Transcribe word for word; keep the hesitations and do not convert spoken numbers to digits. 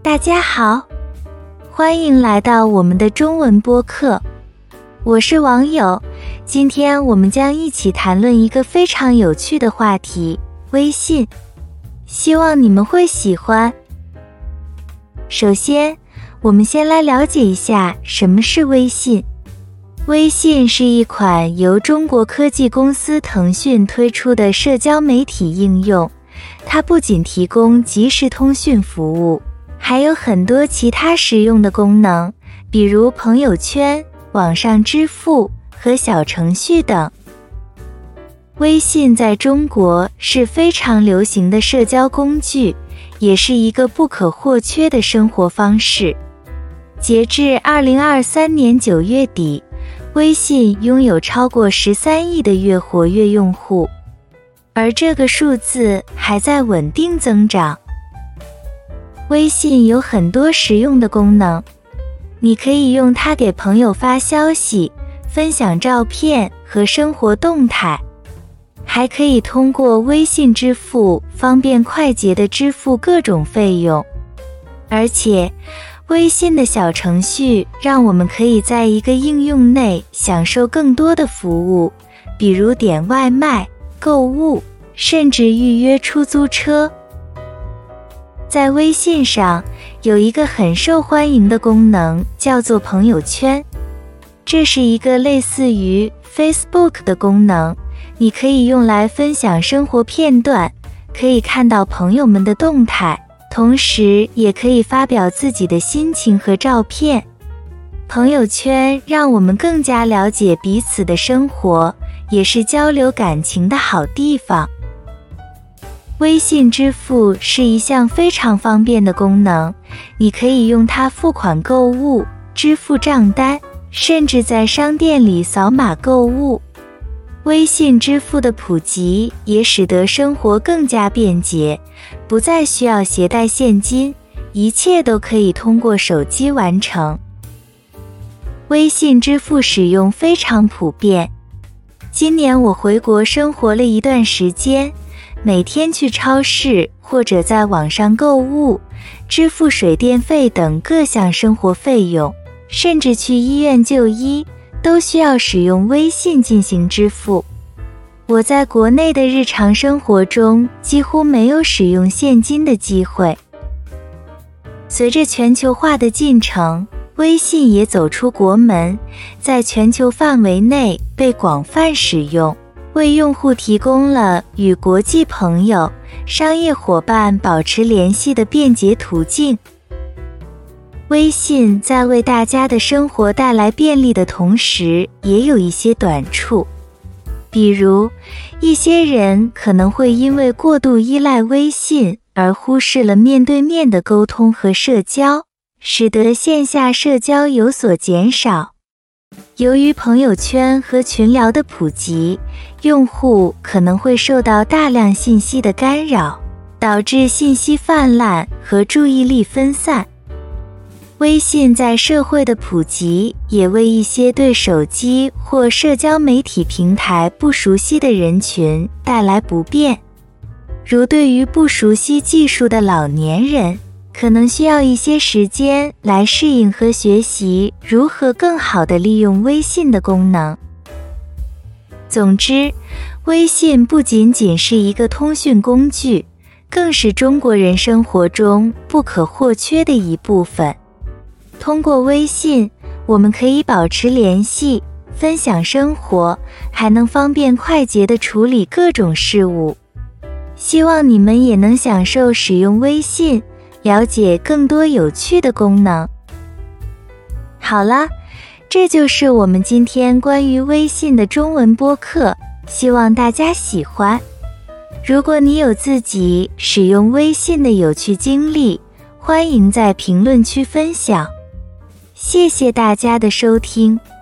大家好，欢迎来到我们的中文播客，我是网友。今天我们将一起谈论一个非常有趣的话题——微信，希望你们会喜欢。首先，我们先来了解一下什么是微信。微信是一款由中国科技公司腾讯推出的社交媒体应用，它不仅提供即时通讯服务，还有很多其他实用的功能，比如朋友圈、网上支付和小程序等。微信在中国是非常流行的社交工具，也是一个不可或缺的生活方式。截至二零二三年九月底，微信拥有超过十三亿的月活跃用户，而这个数字还在稳定增长。微信有很多实用的功能，你可以用它给朋友发消息、分享照片和生活动态，还可以通过微信支付方便快捷地支付各种费用。而且，微信的小程序让我们可以在一个应用内享受更多的服务，比如点外卖、购物，甚至预约出租车。在微信上有一个很受欢迎的功能，叫做朋友圈。这是一个类似于 Facebook 的功能，你可以用来分享生活片段，可以看到朋友们的动态，同时也可以发表自己的心情和照片。朋友圈让我们更加了解彼此的生活，也是交流感情的好地方。微信支付是一项非常方便的功能，你可以用它付款购物、支付账单，甚至在商店里扫码购物。微信支付的普及也使得生活更加便捷，不再需要携带现金，一切都可以通过手机完成。微信支付使用非常普遍。今年我回国生活了一段时间，每天去超市或者在网上购物，支付水电费等各项生活费用，甚至去医院就医，都需要使用微信进行支付。我在国内的日常生活中几乎没有使用现金的机会。随着全球化的进程，微信也走出国门，在全球范围内被广泛使用，为用户提供了与国际朋友、商业伙伴保持联系的便捷途径。微信在为大家的生活带来便利的同时，也有一些短处。比如，一些人可能会因为过度依赖微信而忽视了面对面的沟通和社交，使得线下社交有所减少。由于朋友圈和群聊的普及，用户可能会受到大量信息的干扰，导致信息泛滥和注意力分散。微信在社会的普及也为一些对手机或社交媒体平台不熟悉的人群带来不便，如对于不熟悉技术的老年人，可能需要一些时间来适应和学习如何更好地利用微信的功能。总之，微信不仅仅是一个通讯工具，更是中国人生活中不可或缺的一部分。通过微信，我们可以保持联系，分享生活，还能方便快捷地处理各种事务。希望你们也能享受使用微信，了解更多有趣的功能。好了，这就是我们今天关于微信的中文播客，希望大家喜欢。如果你有自己使用微信的有趣经历，欢迎在评论区分享。谢谢大家的收听。